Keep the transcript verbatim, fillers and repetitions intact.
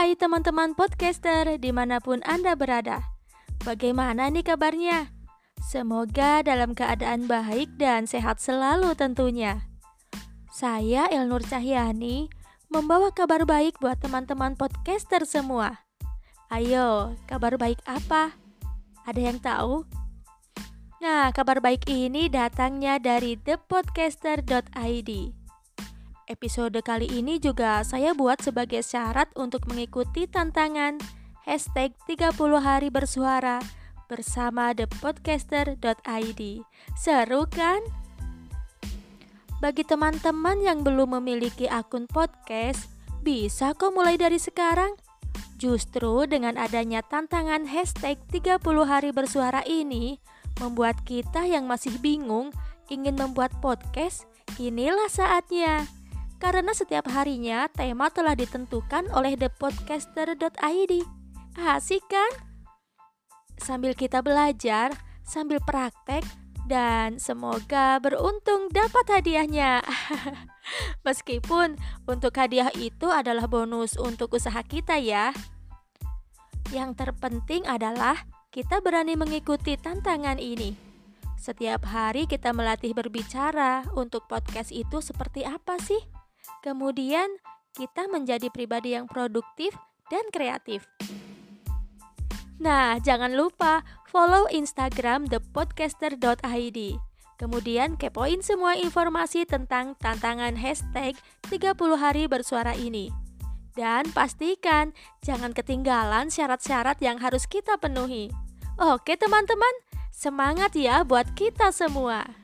Hai teman-teman podcaster dimanapun Anda berada. Bagaimana nih kabarnya? Semoga dalam keadaan baik dan sehat selalu tentunya. Saya Elnur Cahyani membawa kabar baik buat teman-teman podcaster semua. Ayo, kabar baik apa? Ada yang tahu? Nah, kabar baik ini datangnya dari the podcaster dot i d. Episode kali ini juga saya buat sebagai syarat untuk mengikuti tantangan hashtag tiga puluh hari bersuara bersama the podcaster dot i d. Seru kan? Bagi teman-teman yang belum memiliki akun podcast, bisa kok mulai dari sekarang. Justru dengan adanya tantangan hashtag tiga puluh hari bersuara ini, membuat kita yang masih bingung ingin membuat podcast, inilah saatnya. Karena setiap harinya tema telah ditentukan oleh the podcaster dot i d. Asik kan? Sambil kita belajar, sambil praktek, dan semoga beruntung dapat hadiahnya. Meskipun untuk hadiah itu adalah bonus untuk usaha kita ya. Yang terpenting adalah kita berani mengikuti tantangan ini. Setiap hari kita melatih berbicara untuk podcast itu seperti apa sih? Kemudian kita menjadi pribadi yang produktif dan kreatif. Nah, jangan lupa follow Instagram the podcaster dot i d. Kemudian kepoin semua informasi tentang tantangan hashtag tiga puluh hari bersuara ini. Dan pastikan jangan ketinggalan syarat-syarat yang harus kita penuhi. Oke teman-teman, semangat ya buat kita semua.